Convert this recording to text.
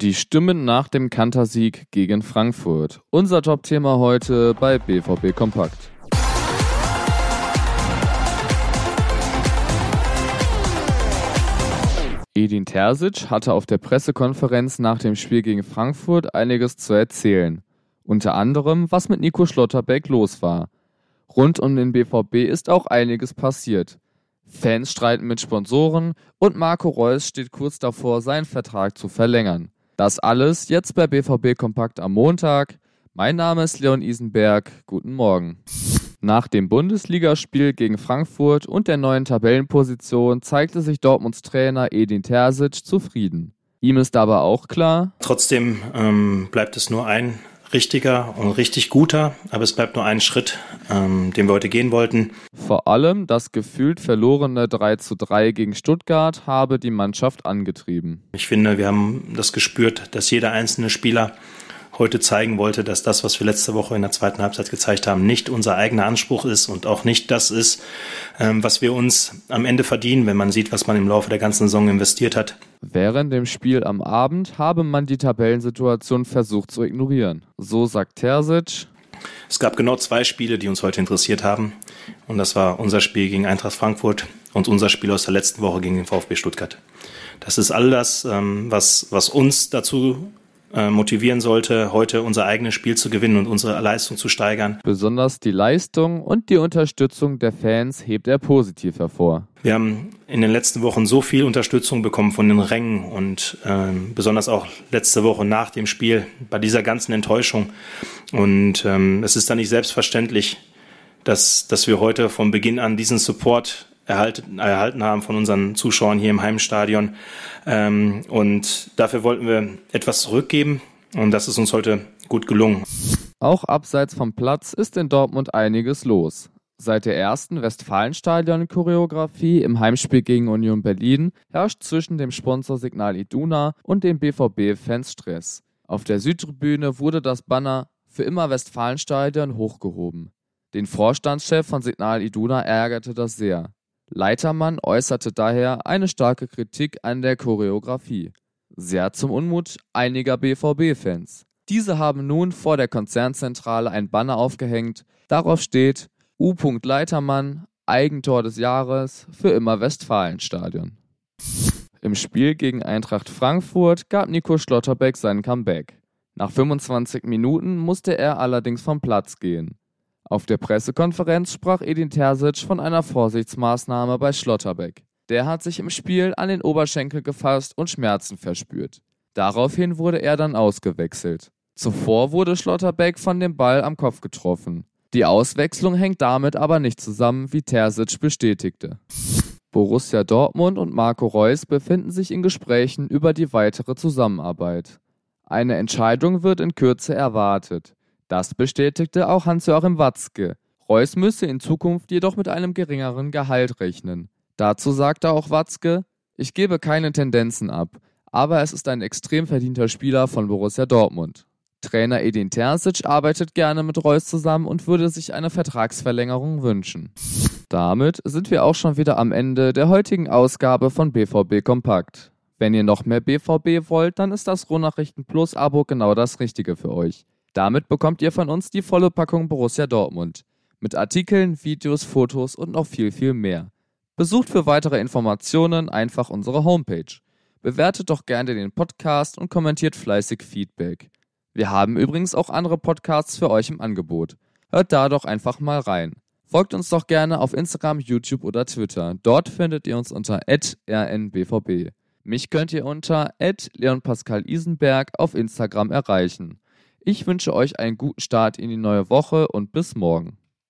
Die Stimmen nach dem Kantersieg gegen Frankfurt. Unser Top-Thema heute bei BVB Kompakt. Edin Terzic hatte auf der Pressekonferenz nach dem Spiel gegen Frankfurt einiges zu erzählen. Unter anderem, was mit Nico Schlotterbeck los war. Rund um den BVB ist auch einiges passiert. Fans streiten mit Sponsoren und Marco Reus steht kurz davor, seinen Vertrag zu verlängern. Das alles jetzt bei BVB Kompakt am Montag. Mein Name ist Leon Isenberg. Guten Morgen. Nach dem Bundesligaspiel gegen Frankfurt und der neuen Tabellenposition zeigte sich Dortmunds Trainer Edin Terzic zufrieden. Ihm ist aber auch klar: Trotzdem bleibt es nur ein richtiger und richtig guter, aber es bleibt nur ein Schritt, den wir heute gehen wollten. Vor allem das gefühlt verlorene 3:3 gegen Stuttgart habe die Mannschaft angetrieben. Ich finde, wir haben das gespürt, dass jeder einzelne Spieler heute zeigen wollte, dass das, was wir letzte Woche in der zweiten Halbzeit gezeigt haben, nicht unser eigener Anspruch ist und auch nicht das ist, was wir uns am Ende verdienen, wenn man sieht, was man im Laufe der ganzen Saison investiert hat. Während dem Spiel am Abend habe man die Tabellensituation versucht zu ignorieren. So sagt Terzic: Es gab genau 2 Spiele, die uns heute interessiert haben. Und das war unser Spiel gegen Eintracht Frankfurt und unser Spiel aus der letzten Woche gegen den VfB Stuttgart. Das ist all das, was uns dazu motivieren sollte, heute unser eigenes Spiel zu gewinnen und unsere Leistung zu steigern. Besonders die Leistung und die Unterstützung der Fans hebt er positiv hervor. Wir haben in den letzten Wochen so viel Unterstützung bekommen von den Rängen und besonders auch letzte Woche nach dem Spiel bei dieser ganzen Enttäuschung. Und es ist dann nicht selbstverständlich, dass wir heute von Beginn an diesen Support erhalten haben von unseren Zuschauern hier im Heimstadion. Und dafür wollten wir etwas zurückgeben und das ist uns heute gut gelungen. Auch abseits vom Platz ist in Dortmund einiges los. Seit der ersten Westfalenstadion-Choreografie im Heimspiel gegen Union Berlin herrscht zwischen dem Sponsor Signal Iduna und den BVB-Fans Stress. Auf der Südtribüne wurde das Banner "Für immer Westfalenstadion" hochgehoben. Den Vorstandschef von Signal Iduna ärgerte das sehr. Leitermann äußerte daher eine starke Kritik an der Choreografie. Sehr zum Unmut einiger BVB-Fans. Diese haben nun vor der Konzernzentrale ein Banner aufgehängt. Darauf steht: U. Leitermann, Eigentor des Jahres, für immer Westfalenstadion. Im Spiel gegen Eintracht Frankfurt gab Nico Schlotterbeck sein Comeback. Nach 25 Minuten musste er allerdings vom Platz gehen. Auf der Pressekonferenz sprach Edin Terzic von einer Vorsichtsmaßnahme bei Schlotterbeck. Der hat sich im Spiel an den Oberschenkel gefasst und Schmerzen verspürt. Daraufhin wurde er dann ausgewechselt. Zuvor wurde Schlotterbeck von dem Ball am Kopf getroffen. Die Auswechslung hängt damit aber nicht zusammen, wie Terzic bestätigte. Borussia Dortmund und Marco Reus befinden sich in Gesprächen über die weitere Zusammenarbeit. Eine Entscheidung wird in Kürze erwartet. Das bestätigte auch Hans-Joachim Watzke. Reus müsse in Zukunft jedoch mit einem geringeren Gehalt rechnen. Dazu sagte auch Watzke: Ich gebe keine Tendenzen ab, aber es ist ein extrem verdienter Spieler von Borussia Dortmund. Trainer Edin Terzic arbeitet gerne mit Reus zusammen und würde sich eine Vertragsverlängerung wünschen. Damit sind wir auch schon wieder am Ende der heutigen Ausgabe von BVB Kompakt. Wenn ihr noch mehr BVB wollt, dann ist das Ruhrnachrichten Plus Abo genau das Richtige für euch. Damit bekommt ihr von uns die volle Packung Borussia Dortmund. Mit Artikeln, Videos, Fotos und noch viel, viel mehr. Besucht für weitere Informationen einfach unsere Homepage. Bewertet doch gerne den Podcast und kommentiert fleißig Feedback. Wir haben übrigens auch andere Podcasts für euch im Angebot. Hört da doch einfach mal rein. Folgt uns doch gerne auf Instagram, YouTube oder Twitter. Dort findet ihr uns unter @rnbvb. Mich könnt ihr unter @leonpascalisenberg auf Instagram erreichen. Ich wünsche euch einen guten Start in die neue Woche und bis morgen.